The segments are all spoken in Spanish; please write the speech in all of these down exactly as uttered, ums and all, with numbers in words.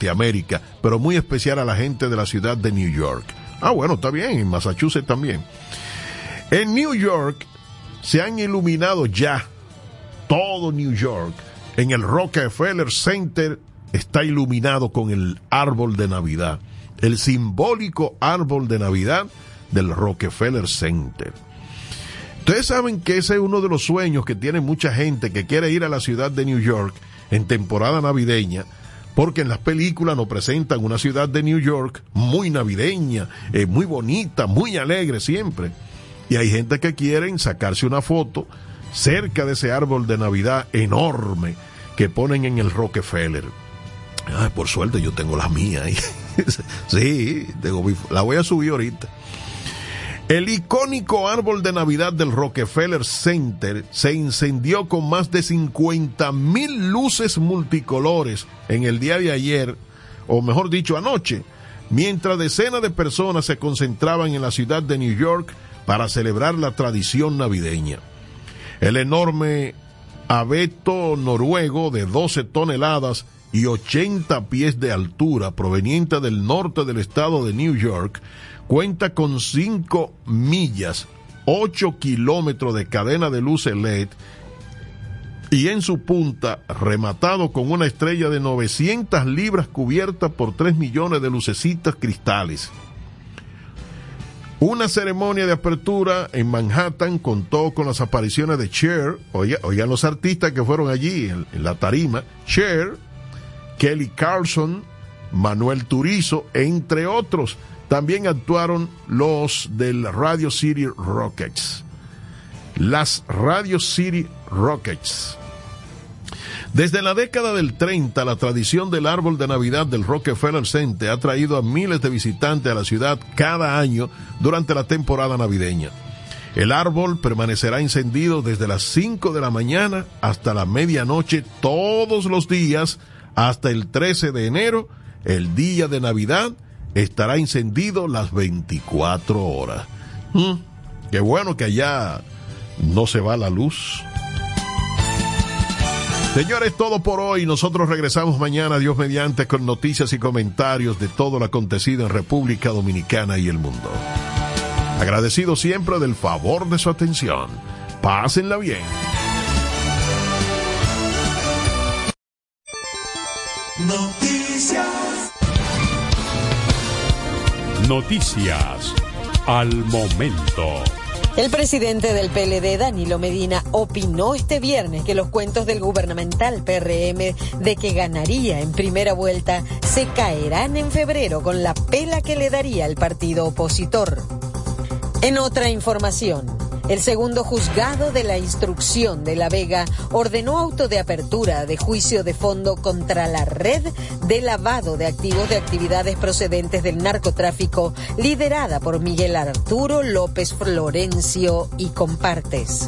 Norteamérica, pero muy especial a la gente de la ciudad de New York. Ah, bueno, está bien, en Massachusetts también. En New York se han iluminado ya todo New York. En el Rockefeller Center está iluminado con el árbol de Navidad, el simbólico árbol de Navidad del Rockefeller Center. Ustedes saben que ese es uno de los sueños que tiene mucha gente que quiere ir a la ciudad de New York en temporada navideña, porque en las películas nos presentan una ciudad de New York muy navideña, eh, muy bonita, muy alegre siempre. Y hay gente que quieren sacarse una foto cerca de ese árbol de Navidad enorme que ponen en el Rockefeller. Ay, por suerte yo tengo la mía ahí. Sí, tengo, la voy a subir ahorita. El icónico árbol de Navidad del Rockefeller Center se incendió con más de cincuenta mil luces multicolores en el día de ayer, o mejor dicho, anoche, mientras decenas de personas se concentraban en la ciudad de New York para celebrar la tradición navideña. El enorme abeto noruego de doce toneladas y ochenta pies de altura, proveniente del norte del estado de New York, cuenta con cinco millas, ocho kilómetros de cadena de luces L E D y en su punta, rematado con una estrella de novecientas libras cubierta por tres millones de lucecitas cristales. Una ceremonia de apertura en Manhattan contó con las apariciones de Cher, oigan, oigan los artistas que fueron allí en, en la tarima, Cher, Kelly Clarkson, Manuel Turizo, entre otros. También actuaron los del Radio City Rockets. Las Radio City Rockets. Desde la década del treinta, la tradición del árbol de Navidad del Rockefeller Center ha traído a miles de visitantes a la ciudad cada año durante la temporada navideña. El árbol permanecerá encendido desde las cinco de la mañana hasta la medianoche todos los días hasta el trece de enero, el día de Navidad. Estará encendido las veinticuatro horas. ¿Mm? Qué bueno que allá no se va la luz. Señores, todo por hoy. Nosotros regresamos mañana, Dios mediante, con noticias y comentarios de todo lo acontecido en República Dominicana y el mundo. Agradecido siempre del favor de su atención. Pásenla bien. Noticias. Noticias al momento. El presidente del P L D, Danilo Medina, opinó este viernes que los cuentos del gubernamental P R M de que ganaría en primera vuelta se caerán en febrero con la pela que le daría el partido opositor. En otra información, el segundo juzgado de la instrucción de La Vega ordenó auto de apertura de juicio de fondo contra la red de lavado de activos de actividades procedentes del narcotráfico liderada por Miguel Arturo López Florencio y compartes.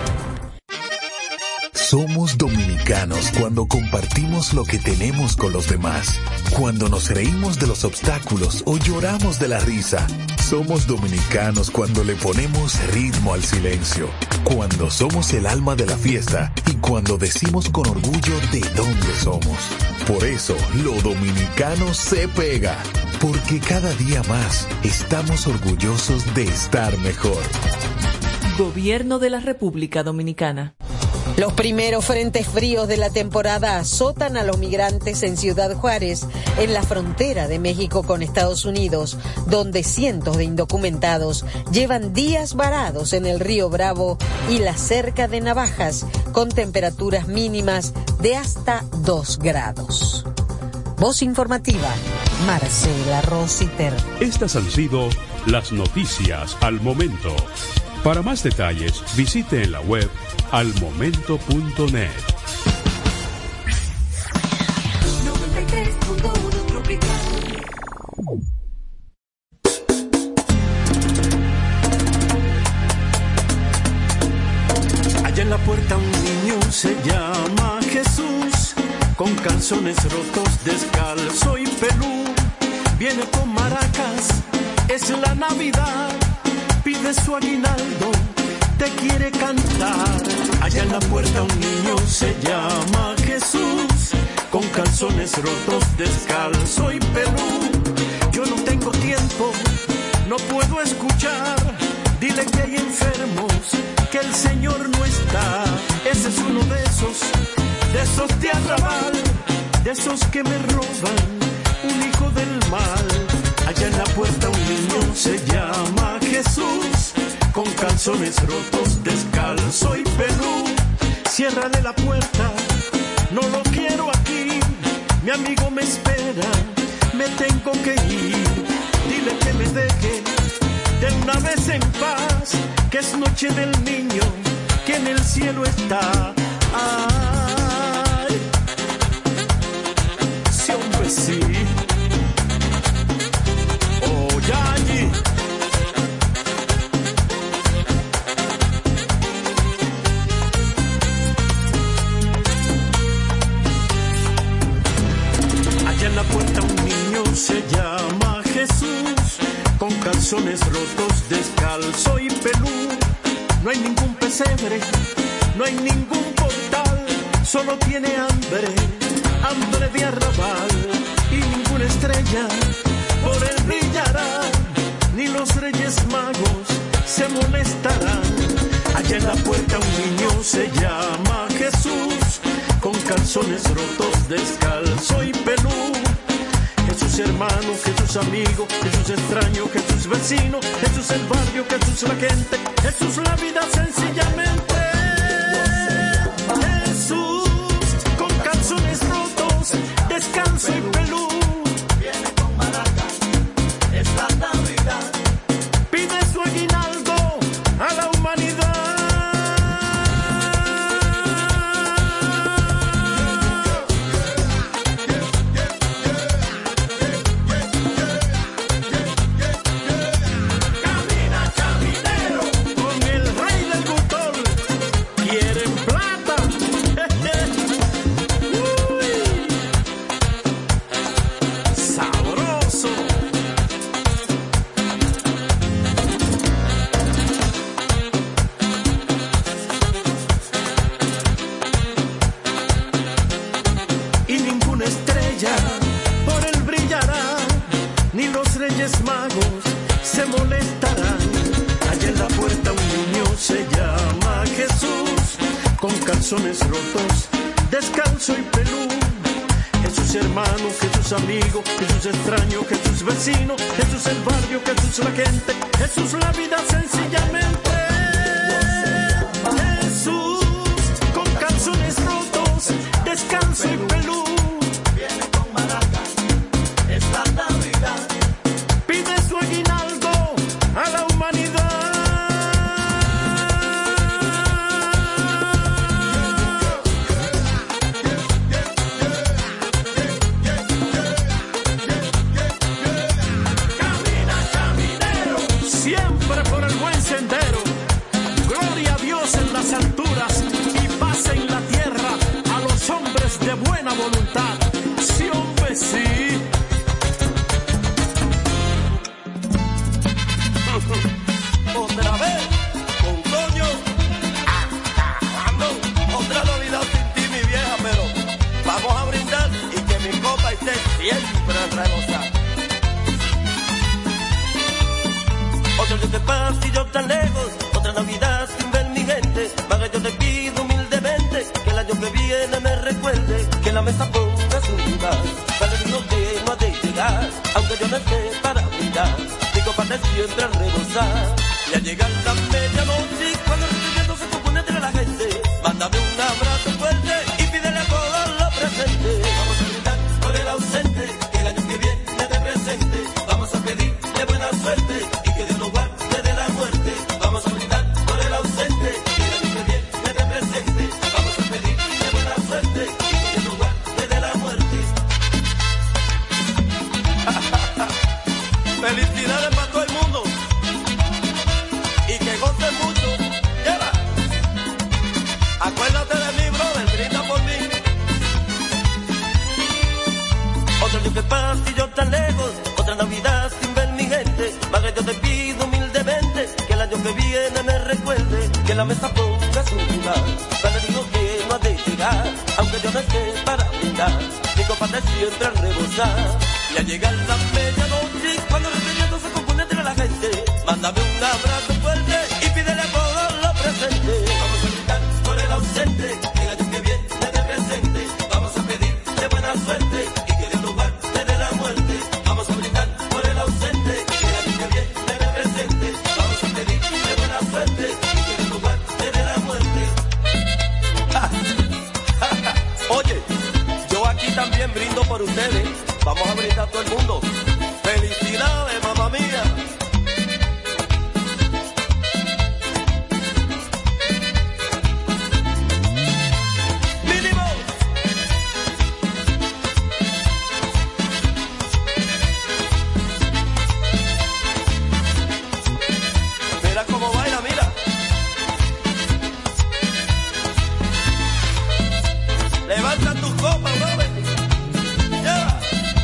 Somos dominicanos cuando compartimos lo que tenemos con los demás, cuando nos reímos de los obstáculos o lloramos de la risa. Somos dominicanos cuando le ponemos ritmo al silencio, cuando somos el alma de la fiesta y cuando decimos con orgullo de dónde somos. Por eso, lo dominicano se pega, porque cada día más estamos orgullosos de estar mejor. Gobierno de la República Dominicana. Los primeros frentes fríos de la temporada azotan a los migrantes en Ciudad Juárez, en la frontera de México con Estados Unidos, donde cientos de indocumentados llevan días varados en el río Bravo y la cerca de Navajas, con temperaturas mínimas de hasta dos grados. Voz informativa, Marcela Rositer. Estas han sido las noticias al momento. Para más detalles, visite en la web al momento punto net. Allá en la puerta un niño se llama Jesús, con calzones rotos, descalzo y pelú. Viene con maracas, es la Navidad, pide su aguinaldo, te quiere cantar. Allá en la puerta un niño se llama Jesús, con calzones rotos, descalzo y pelú. Yo no tengo tiempo, no puedo escuchar. Dile que hay enfermos, que el Señor no está. Ese es uno de esos, de esos de arrabal, de esos que me roban, un hijo del mal. Allá en la puerta un niño se llama Jesús, con calzones rotos, descalzo y pelú. Ciérrale la puerta, no lo quiero aquí. Mi amigo me espera, me tengo que ir. Dile que me deje de una vez en paz, que es noche del niño, que en el cielo está. Ay, sí, hombre, sí. Oh, ya allí. Allá en la puerta un niño se llama Jesús, con calzones rotos, descalzo y pelú. No hay ningún pesebre, no hay ningún portal, solo tiene hambre, hambre de arrabal. Y ninguna estrella por él brillará, ni los reyes magos se molestarán. Allá en la puerta un niño se llama Jesús, con calzones rotos, descalzo y pelú. Jesús hermano, Jesús amigo, Jesús extraño, Jesús vecino, Jesús el barrio, Jesús la gente, Jesús la vida sencillamente. Jesús con calzones rotos, descalzo y pelú. Viene con maracas, es la Navidad. Pide su aguinaldo a la humanidad. Magos se molestarán. Allá en la puerta un niño se llama Jesús, con calzones rotos, descalzo y pelú. Jesús hermano, Jesús amigo, Jesús extraño, Jesús vecino, Jesús el barrio, Jesús la gente, Jesús la vida sencillamente. Jesús con calzones rotos, descalzo y pelú. Viene con maracas, es la Navidad. Pide su aguinaldo a la humanidad. Camina, caminero, siempre por el buen sendero. Gloria a Dios en las alturas y paz en la tierra a los hombres de buena voluntad. Sí, hombre, sí. Otra vez, con Toño, acabando. Otra Navidad sin ti, mi vieja, pero vamos a brindar y que mi copa esté siempre rebosada. Otro que te pasa y yo tan lejos, otra Navidad sin ver mi gente. Vaga, yo te pido humildemente que el año que viene me recuerde, que la mesa ponga su lugar. Para el vino que no ha de llegar, aunque yo no esté para brindar. Mi copa te siempre al rebosar. Y al llegar la medianoche, cuando el recuerdo se compone entre la gente, mándame un abrazo fuerte y pídele a todos los presentes. Vamos a brindar por el ausente, que el año que viene te presente. Vamos a pedirle buena suerte y que Dios nos guarde de la muerte. Vamos a brindar por el ausente, que el año que viene te presente. Vamos a pedirle buena suerte y que Dios nos guarde de la muerte. Felicidades para todo el mundo y que gocen mucho. Lleva. Acuérdate de mí, brother, brinda por mí. Otro año que pasa y yo tan lejos, otra Navidad sin ver mi gente. Vaga, yo te pido humildemente que el año que viene me recuerde, que la mesa ponga su lugar. Para el digo que no ha de llegar, aunque yo no esté para mí. felicidad. Mi copa te siempre rebosar. Y al llegar la medianoche, cuando el sentimiento se compone entre la gente, mándame un abrazo fuerte y pídele a todos los presentes. Vamos a brindar por el ausente, que el año que viene te presente. Vamos a pedir de buena suerte y que Dios nos guarde de la muerte. Vamos a brindar por el ausente, que el año que viene te presente. Vamos a pedir de buena suerte y que Dios nos guarde de la muerte. Oye, yo aquí también brindo por ustedes. Vamos a brindar a todo el mundo. ¡Felicidades, mamá mía! ¡Mínimo! Mira cómo baila, mira. Levanta tus copas, Robert. ¡Ya!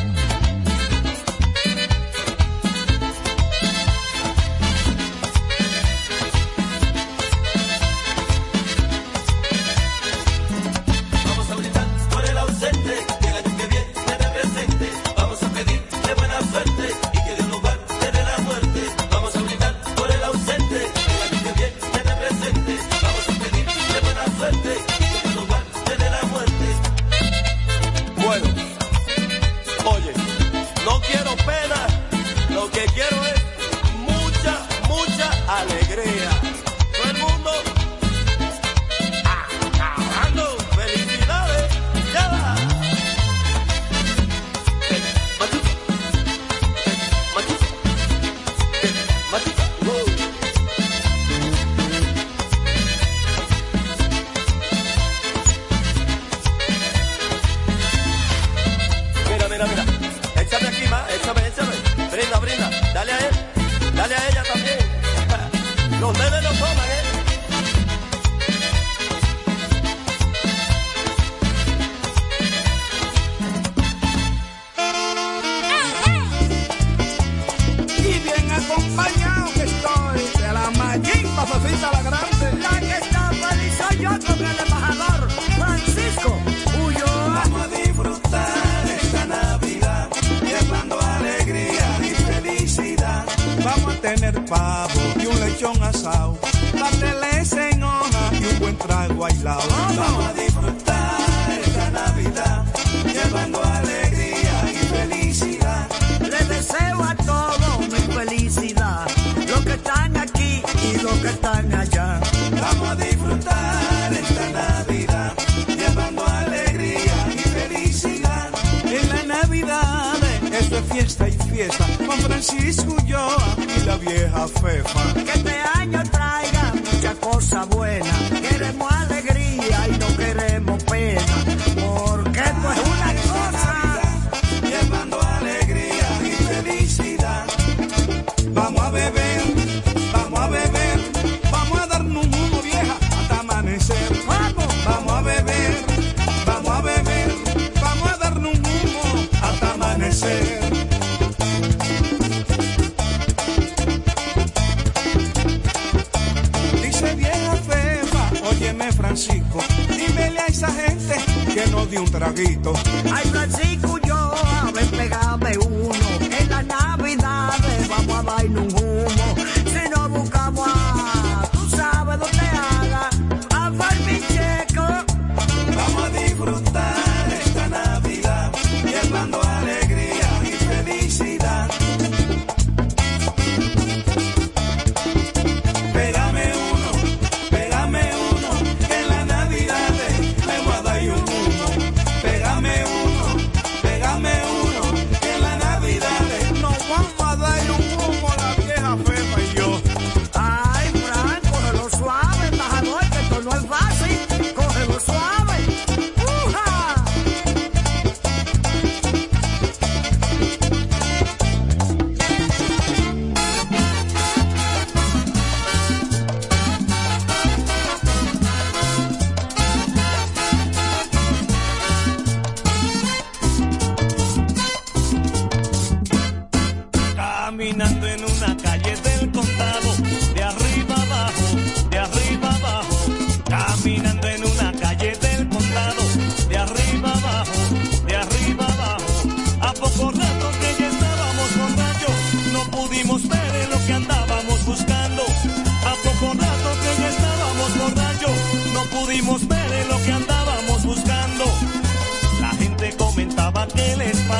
Caminando en una calle del condado, de arriba abajo, de arriba abajo. Caminando en una calle del condado, de arriba abajo.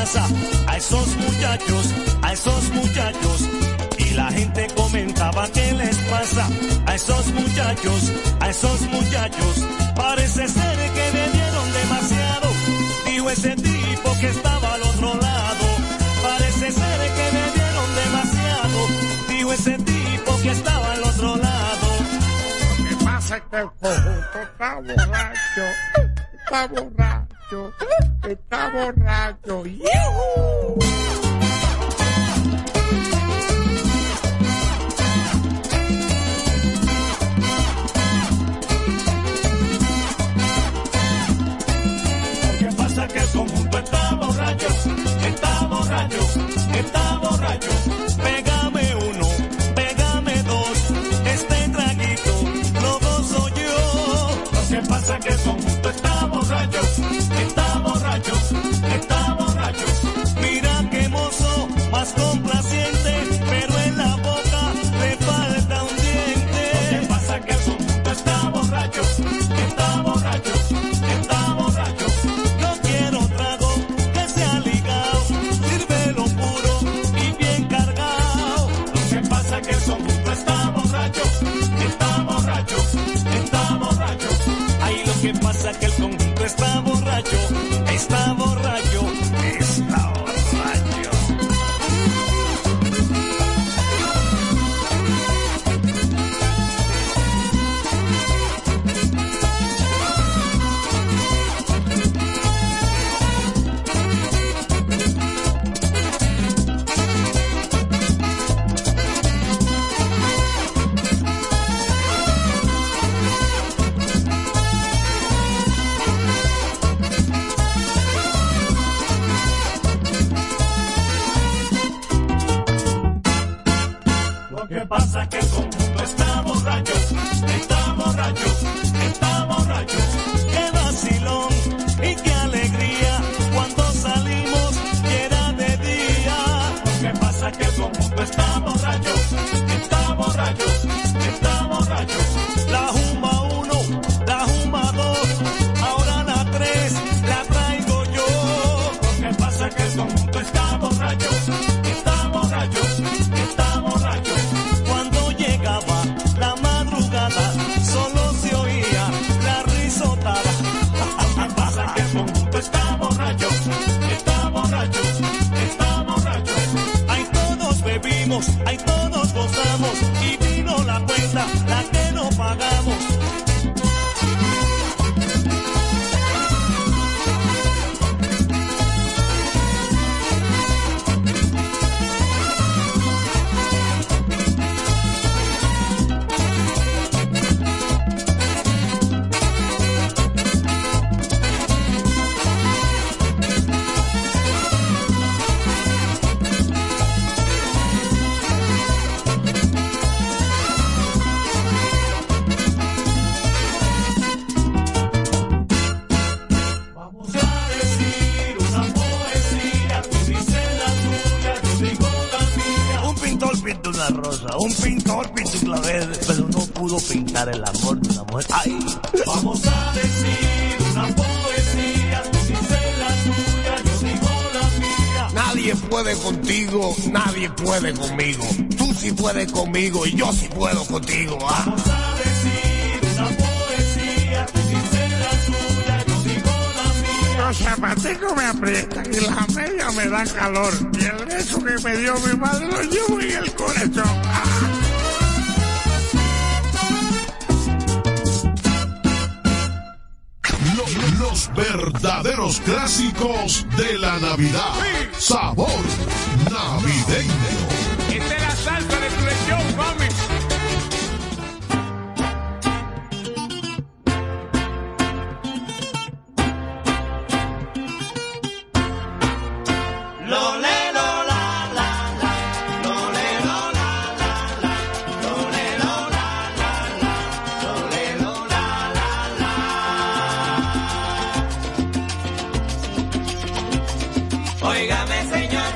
pasa a esos muchachos, a esos muchachos? Y la gente comentaba, ¿qué les pasa a esos muchachos, a esos muchachos? Parece ser que bebieron demasiado, dijo ese tipo que estaba al otro lado. Parece ser que bebieron demasiado, dijo ese tipo que estaba al otro lado. Lo que pasa es que el conjunto está borracho, está borracho, está borracho. ¡Yuhu! Que el conjunto está borracho, está borracho, está borracho. Pégame uno, pégame dos, este traguito lo gozo yo. Lo que pasa es que el conjunto está borracho, está borracho, está borracho. Mira qué mozo, más complaciente, pero en la boca le falta un diente. Lo que pasa es que el conjunto está borracho, está borracho, está borracho. ¿Qué pasa? Que el conjunto está borracho, está borracho, está borracho. ¿Qué pasa? Que el conjunto está borracho, está borracho, está borracho. Qué vacilón y qué alegría cuando salimos y era de día. ¿Qué pasa? Que el conjunto está borracho, está borracho, está borracho. La juma uno, la juma dos, ahora la tres, la traigo yo. ¿Qué pasa? Que el conjunto está borracho, está borracho, está borracho. La madrugada solo se oía la risotada. ¿Qué pasa? Que el conjunto está borracho, está borracho, está borracho. Ahí todos bebimos, ahí todos gozamos y vino la cuenta, la que no pagamos. Un pintor pintó un clavel, pero no pudo pintar el amor de una mujer. ¡Ay! Vamos a decir una poesía, tú dices la tuya, yo digo la mía. Nadie puede contigo, nadie puede conmigo. Tú sí puedes conmigo y yo sí puedo contigo. ¿Ah? Vamos a decir una poesía, tú dices la tuya, yo digo la mía. Los zapaticos me aprietan y las medias me dan calor. Y el beso que me dio mi madre lo llevo en el corazón. ¡Ah! Los verdaderos clásicos de la Navidad. Sabor navideño. Esta es la salsa de tu lechón, mami. Óigame, señor,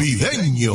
navideño.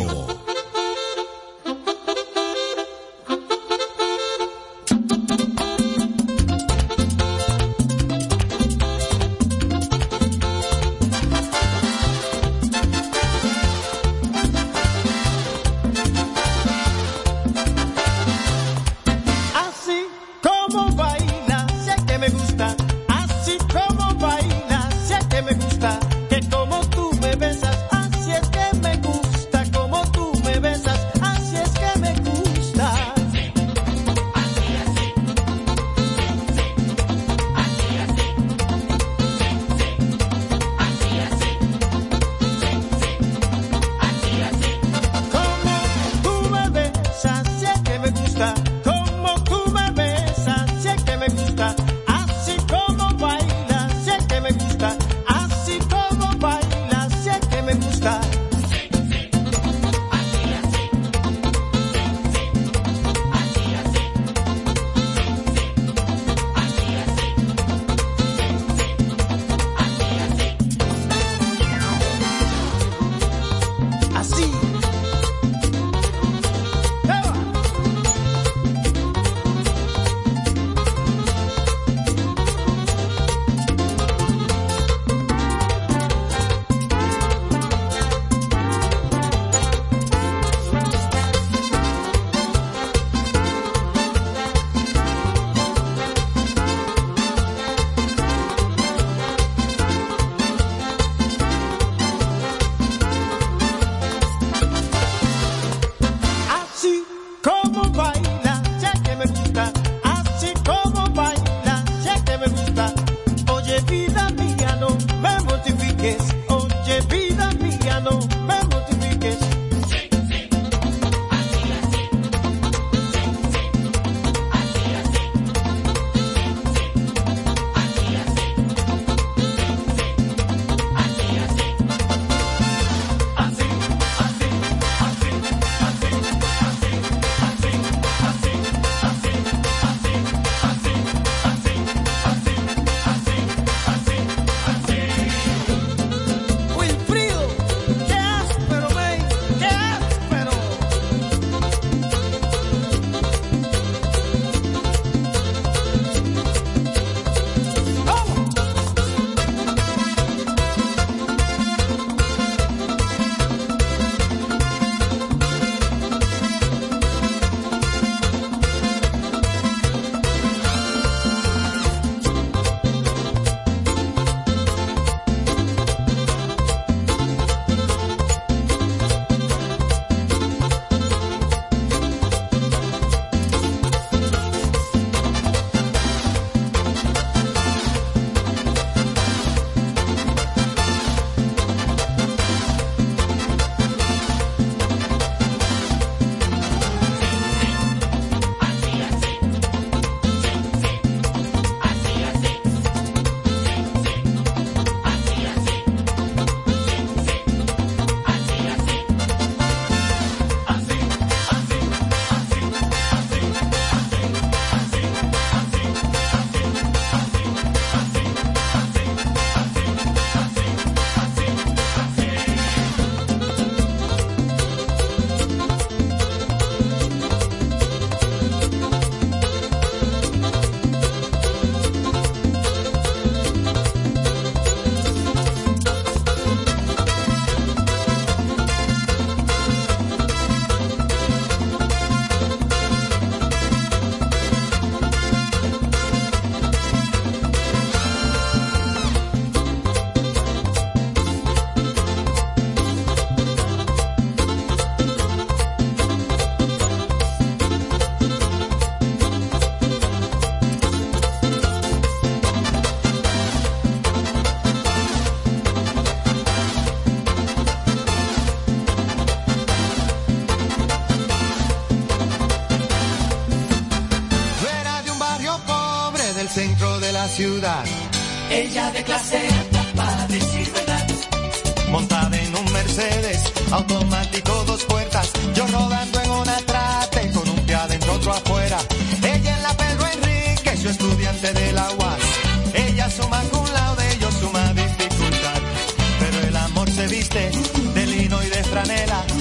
centro de la ciudad. Ella de clase alta para decir verdad. Montada en un Mercedes, automático dos puertas. Yo rodando en una trate, con un pie adentro, otro afuera. Ella en la Pedro Enrique, yo estudiante de la U A S. Ella suma cum laude, yo suma dificultad. Pero el amor se viste de lino y de franela.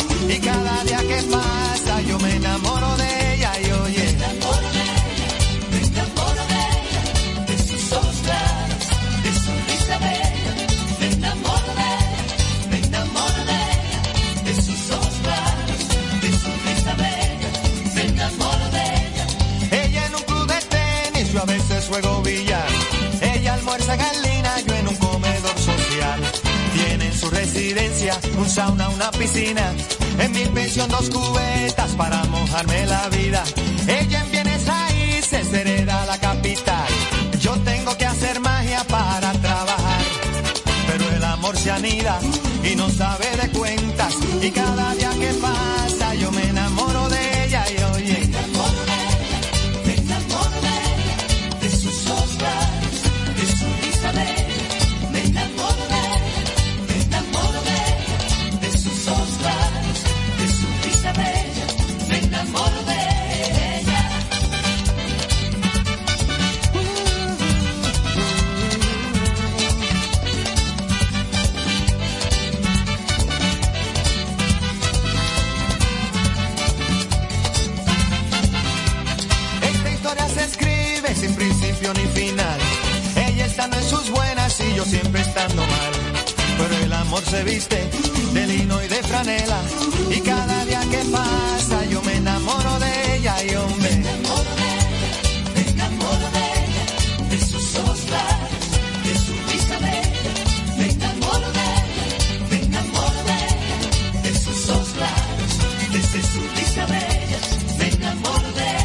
juego billar. Ella almuerza en línea, yo en un comedor social. Tiene en su residencia un sauna, una piscina. En mi pensión dos cubetas para mojarme la vida. Ella en bienes raíces hereda la capital. Yo tengo que hacer magia para trabajar. Pero el amor se anida y no sabe de cuentas. Y cada día que pasa yo me enamoro de ella y oye. Me enamoro de ella, me enamoro de ella, de sus ojos claros, de su risa bella. Me enamoro de ella, me enamoro de ella, de sus ojos claros, de su risa bella. Me enamoro de ella. Sin principio ni final. Ella estando en sus buenas y yo siempre estando mal. Pero el amor se viste de lino y de franela. Y cada día que pasa yo me enamoro de ella y hombre. Me enamoro de ella, me enamoro de ella, de sus ojos claros, de su risa bella. Me enamoro de ella, me enamoro de ella, de sus ojos claros, de su risa bella. Me enamoro de ella.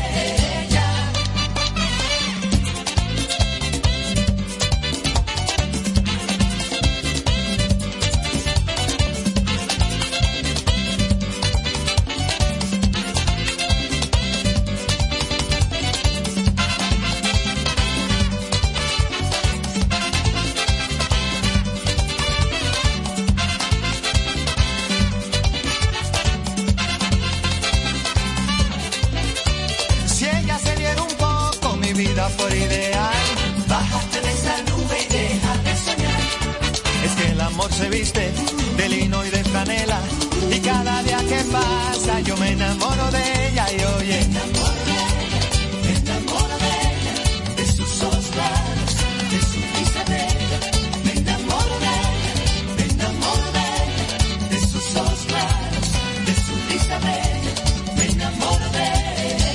Por ideal, bájate de esa nube y deja de soñar. Es que el amor se viste de lino y de franela. Y cada día que pasa yo me enamoro de ella y oye. Me enamoro de ella, me enamoro de ella, de sus ojos claros, de su risa bella. Me enamoro de ella, me enamoro de ella, de sus ojos claros, de su risa bella. Me enamoro de ella.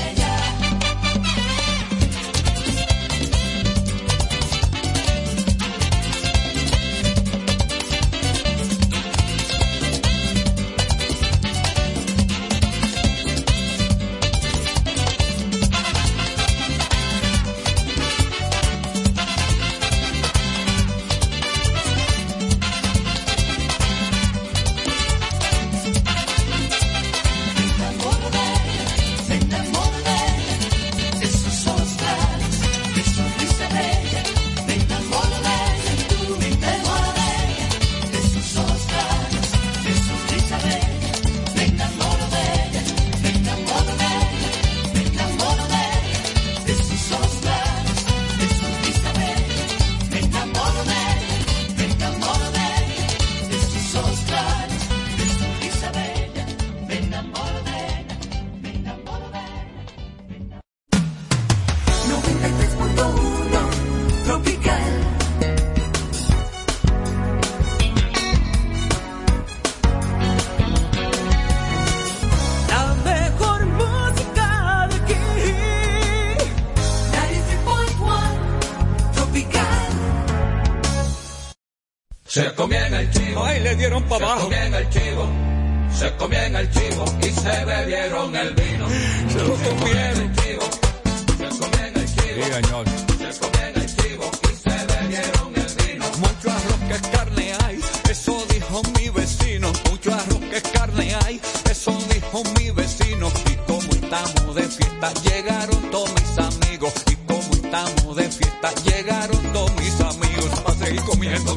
Se comían el chivo, ay, le dieron para abajo. Se comían el chivo, se comían el chivo y se bebieron el vino. Se lo comieron. El chivo, se comían el chivo. Sí, señor. Se comían el chivo y se bebieron el vino. Mucho arroz que carne hay, eso dijo mi vecino. Mucho arroz que carne hay, eso dijo mi vecino. Y como estamos de fiesta, llegaron todos mis amigos. Y como estamos de fiesta, llegaron todos mis amigos. Para seguir comiendo.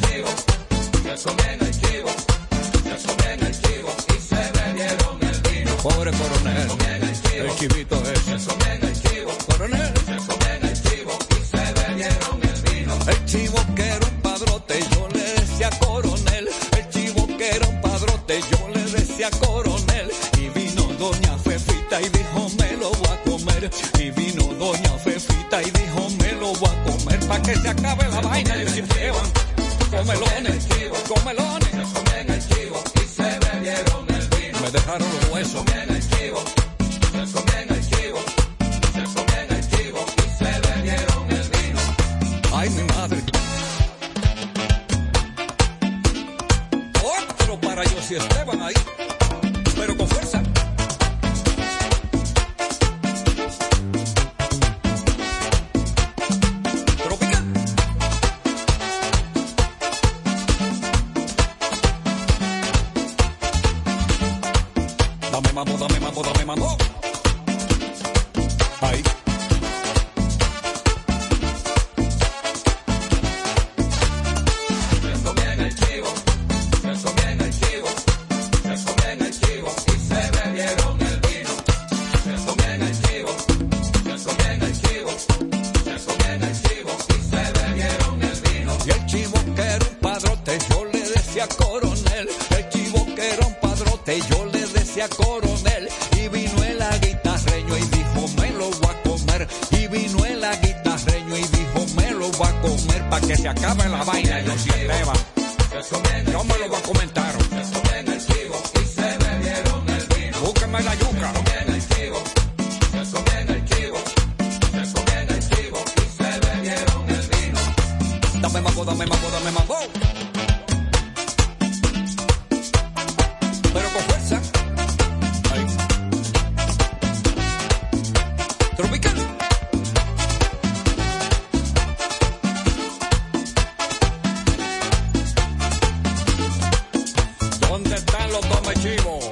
Se comían el chivo, se comían el chivo y se bebieron el vino. Pobre coronel, se comían el chivo, el chivito ese. Se comían el chivo, coronel, se comían el chivo y se bebieron el vino. El chivo que era un padrote, yo le decía coronel. El chivo que era un padrote, yo le decía coronel. Y vino doña Fefita y dijo me lo voy a comer. Y vino doña Fefita y dijo me lo voy a comer. Pa' que se acabe la vaina y se llevan. Comelones, comelones. Se comían el chivo y se bebieron el vino. Me dejaron los huesos. Se comían el chivo, se comían el chivo, se comían el chivo y se bebieron el mambo, dame mambo. Ahí. Se comienza el chivo, se comienza el chivo, se comienza el chivo y se bebieron el vino. Se comienza el chivo, se comienza el chivo, se comienza el chivo y se bebieron el vino. Y el chivo que era un padrote, yo le decía coronel. El chivo que era un padrote, yo le decía coronel. Y vino el guitarreño y dijo, me lo voy a comer. Y vino el guitarreño y dijo, me lo voy a comer. Pa' que se acabe la vaina, yo si Esteban. Yo me lo voy a comentar. Se comienza el chivo y se bebieron el vino. Búsqueme la yuca. Se comienza el chivo, se comienza el chivo, se comienza el chivo y se bebieron el vino. Dame mambo, dame mambo, dame mambo. Pero con fuerza. Ahí. Tropical. ¿Dónde están los dos mechivos?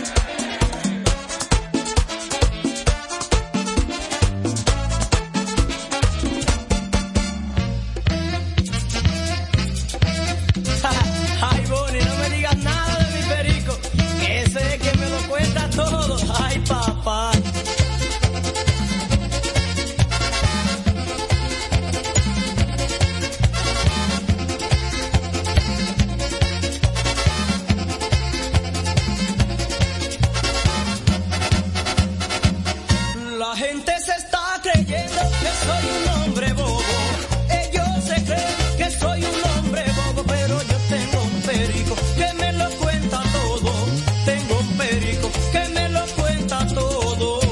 Ay, Bonnie, no me digas nada de mi perico, que ese es que me lo cuenta todo. Ay, papá. La gente se está creyendo que soy un hombre bobo. Ellos se creen que soy un hombre bobo, pero yo tengo un perico que me lo cuenta todo. Tengo un perico que me lo cuenta todo.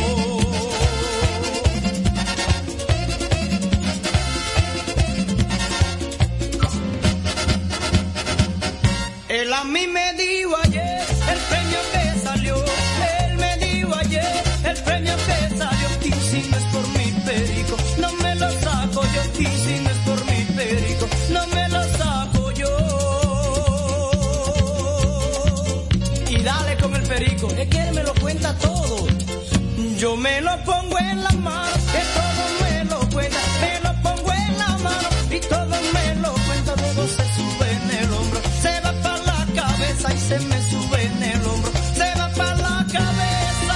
Él a mí me dijo ayer el premio que salió. Él me dijo ayer el premio que salió. Y si no es por mi perico, no me lo saco yo. Y si no es por mi perico, no me lo saco yo. Y dale con el perico, es que él me lo cuenta todo. Yo me lo pongo en la mano, que todo me lo cuenta. Me lo pongo en la mano y todo me lo cuenta. Todo se sube en el hombro, se va para la cabeza y se me sube en el hombro. Se va para la cabeza.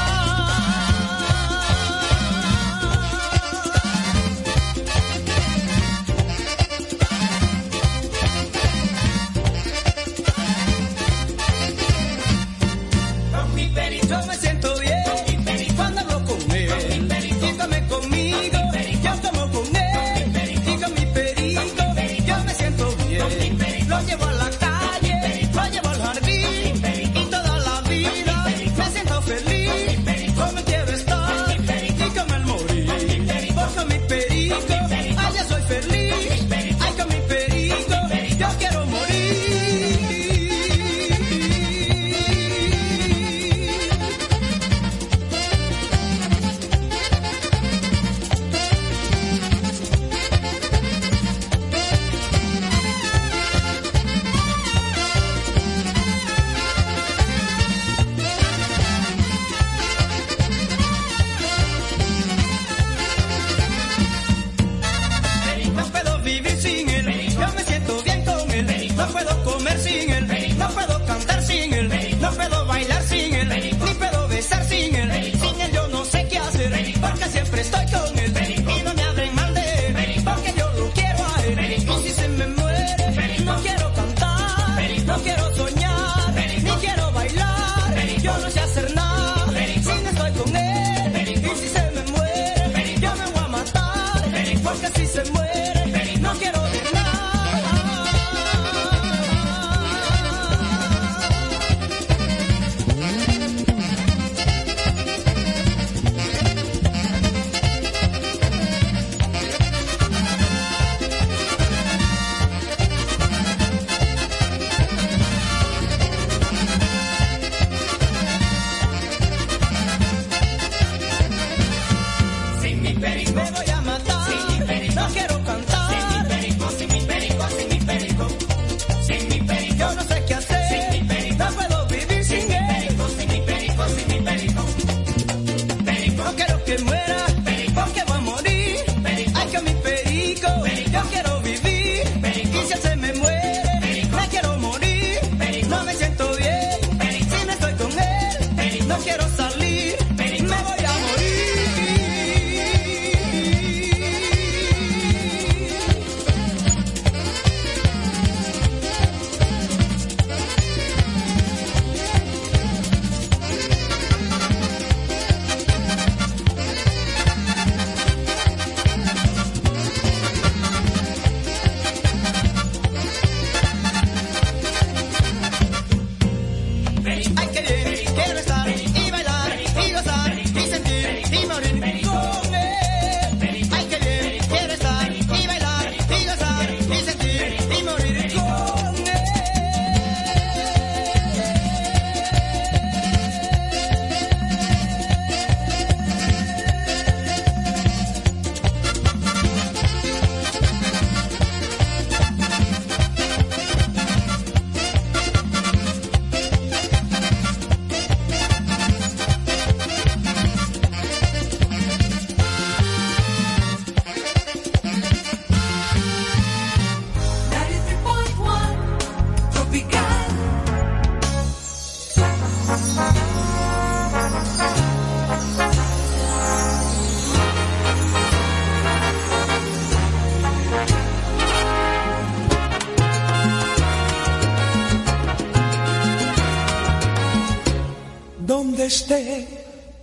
Con mi perico yo me siento bien. Cuando hablo con él, dígame conmigo, yo como con él. Y con mi perico yo me siento bien. Lo llevo a la calle, lo llevo al jardín. Y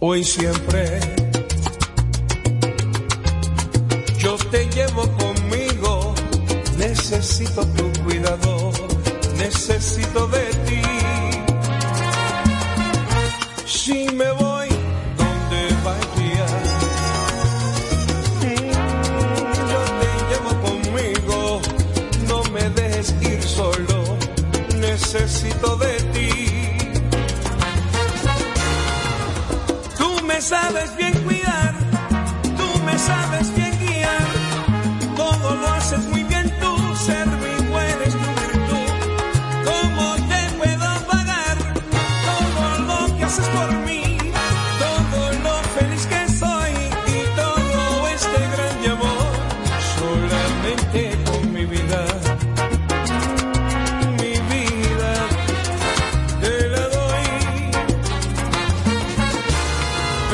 hoy y siempre. Yo te llevo conmigo, necesito tu cuidado, necesito de ti. Si me voy donde vaya, yo te llevo conmigo, no me dejes ir solo, necesito de ti. Tú me sabes bien cuidar, tú me sabes bien guiar, todo lo haces muy bien tú, ser mi buen es tu virtud. ¿Cómo te puedo pagar todo lo que haces por mí? Todo lo feliz que soy y todo este gran amor, solamente con mi vida.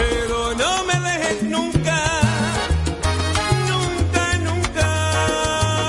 Nunca, nunca,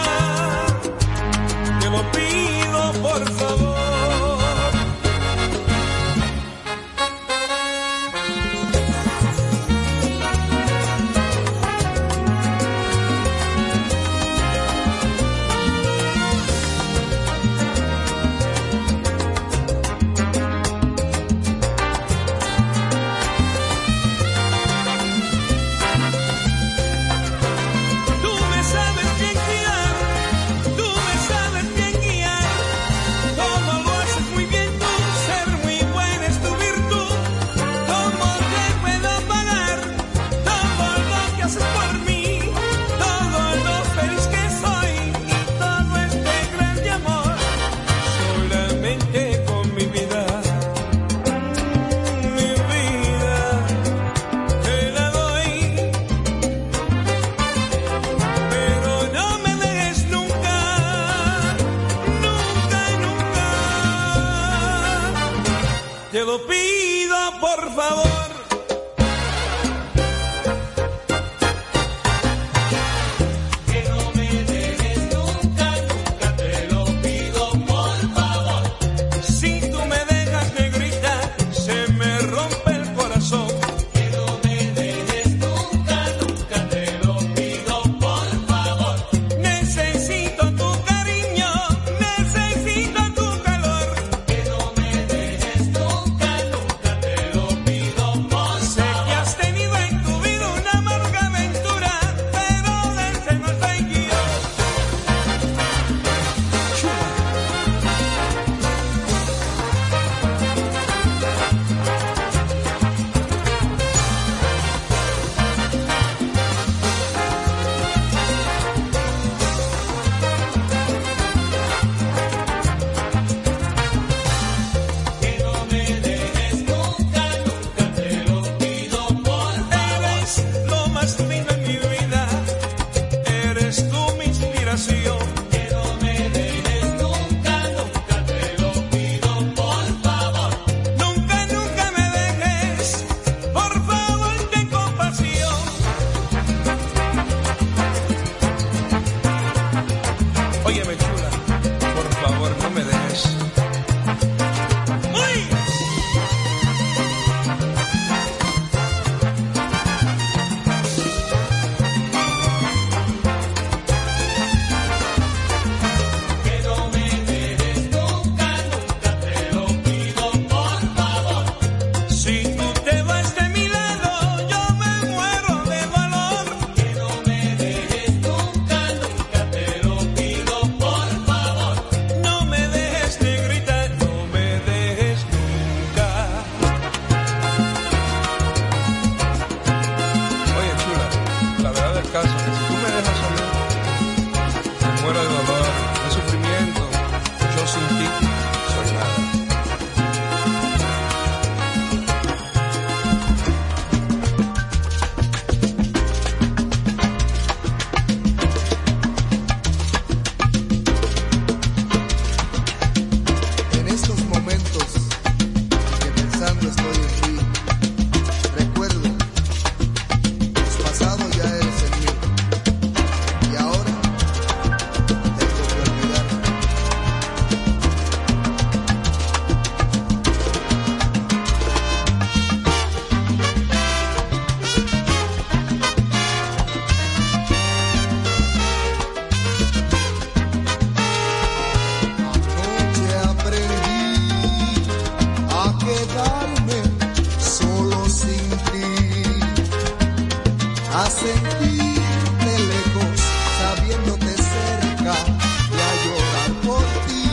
sentirte lejos, sabiéndote cerca y a llorar por ti.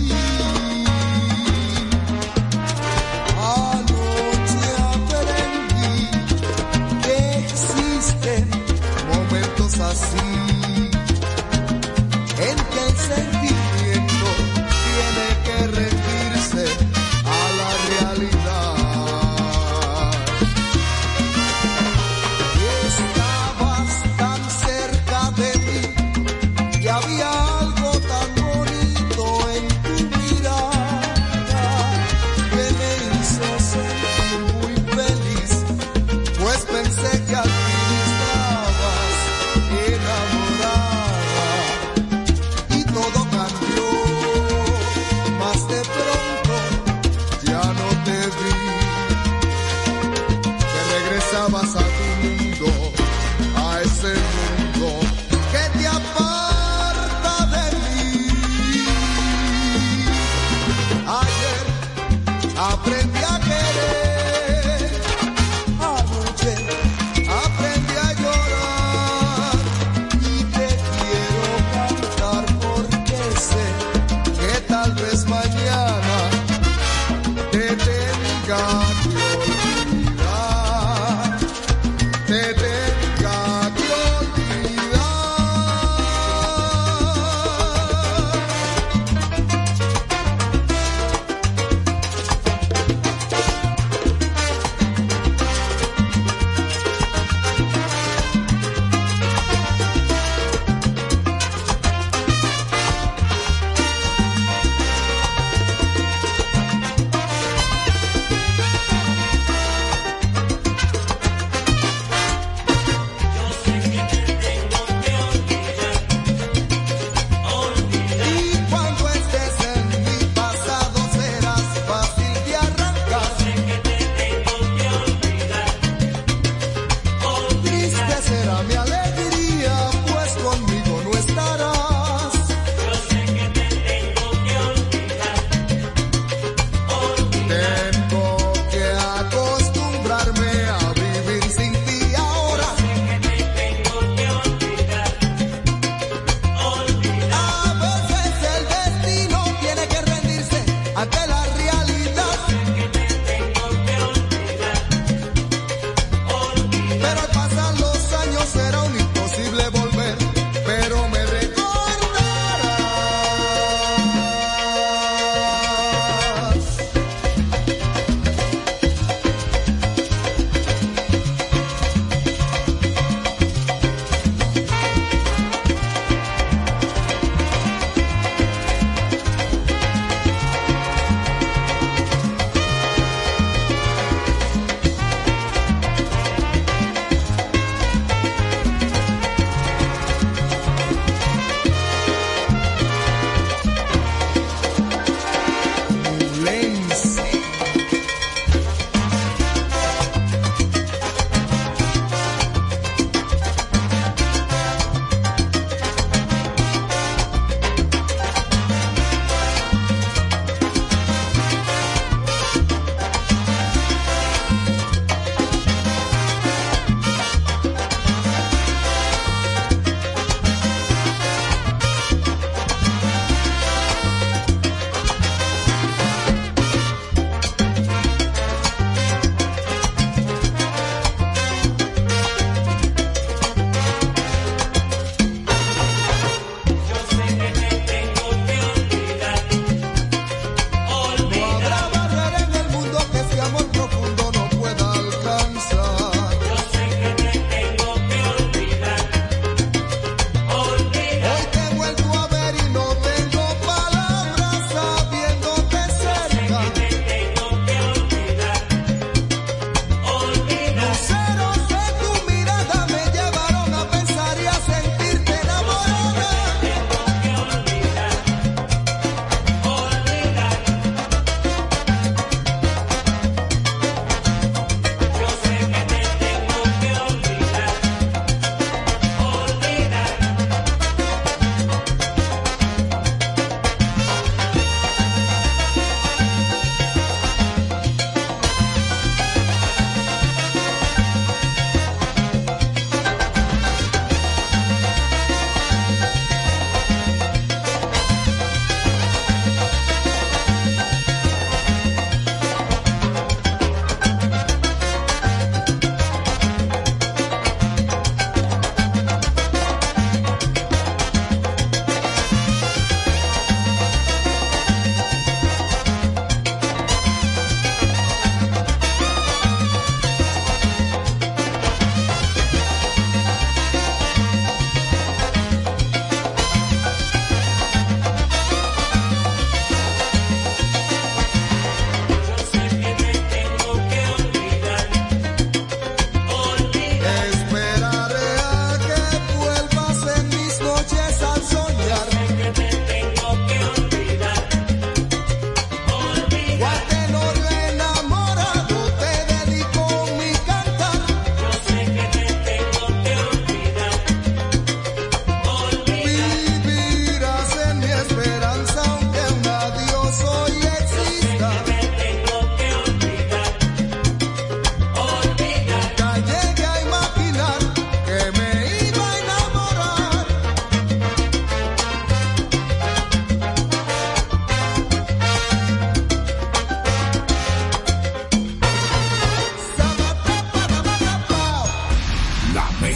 Anoche aprendí que existen momentos así, en que el sentimiento tiene que rendirse a la realidad. Y estabas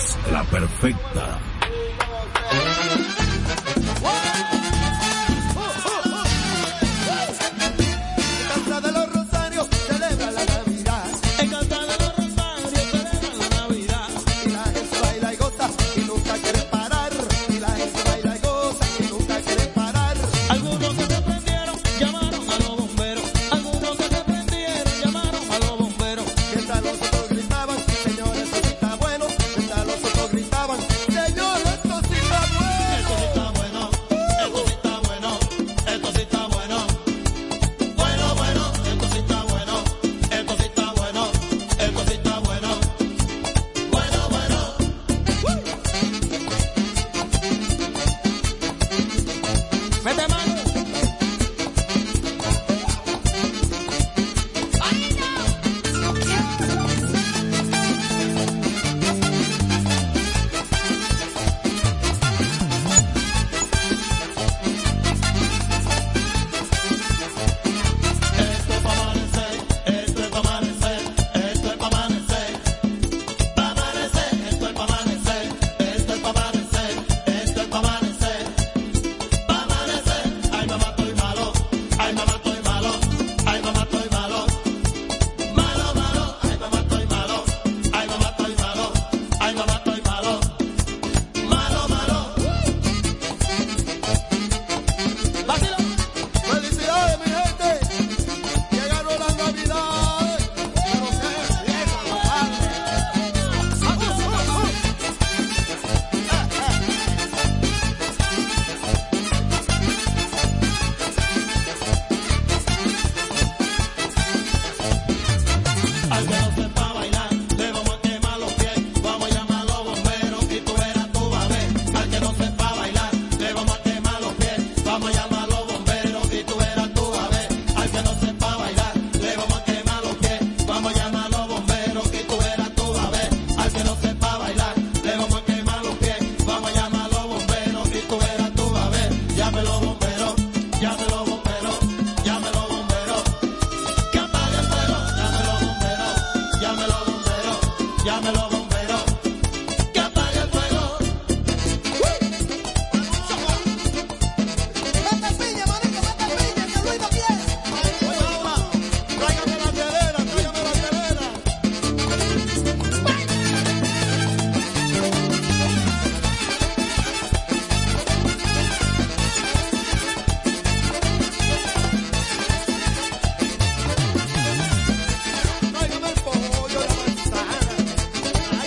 mezcla perfecta. Casa de los Rosarios celebra la Navidad. En Casa de los Rosarios celebra la Navidad. Y la gente baila y goza y nunca quiere parar. Y la gente baila y goza y nunca quiere parar. Algunos que se prendieron llamaron a los bomberos. Algunos que se prendieron llamaron a los bomberos. Mientras los otros gritaban, señores, esto sí está bueno. Mientras los otros gritaban, señores, esto sí está bueno. Esto sí está bueno. Esto sí está bueno. Esto sí está bueno. Bueno, bueno, esto sí está bueno. Esto sí está bueno. Esto sí está bueno. Bueno, bueno. Mete mano. Esto es pa' amanecer, esto es pa' amanecer, esto es pa' amanecer. Pa' amanecer, esto es pa' amanecer, esto es pa' amanecer, esto es pa' amanecer. Pa' amanecer, ay mamá estoy malo, ay mamá estoy malo, ay mamá estoy malo. Malo, malo, ay mamá estoy malo, ay mamá estoy malo, ay mamá estoy malo. Malo, malo. Vacilo. Felicidades, mi gente. Llegaron las Navidades. Pero qué fiesta, al que no sepa bailar, le vamos a quemar los pies. Vamos a llamar a los bomberos y tú verás, tú vas a ver. Al que no sepa bailar, le vamos a quemar los pies. Vamos a llamar a los bomberos y tú verás, tú vas a ver. Al que no sepa bailar, le vamos a quemar los pies. Vamos a llamar a los bomberos y tú verás, tú vas a ver. Al que no sepa bailar, le vamos a quemar los pies. Vamos a llamar a los bomberos y tú verás, tú vas a ver. Llame los bomberos, llame los bomberos, llame los bomberos. Que apague el fuego, llame los bomberos, llame los bomberos, llame los bomberos. Que apague el fuego. Mete piña, manito, mete piña, que Luis no quiere. Tráigame la telera, tráigame la telera. Tráigame el pollo, la manzana.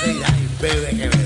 Ay, bebé, que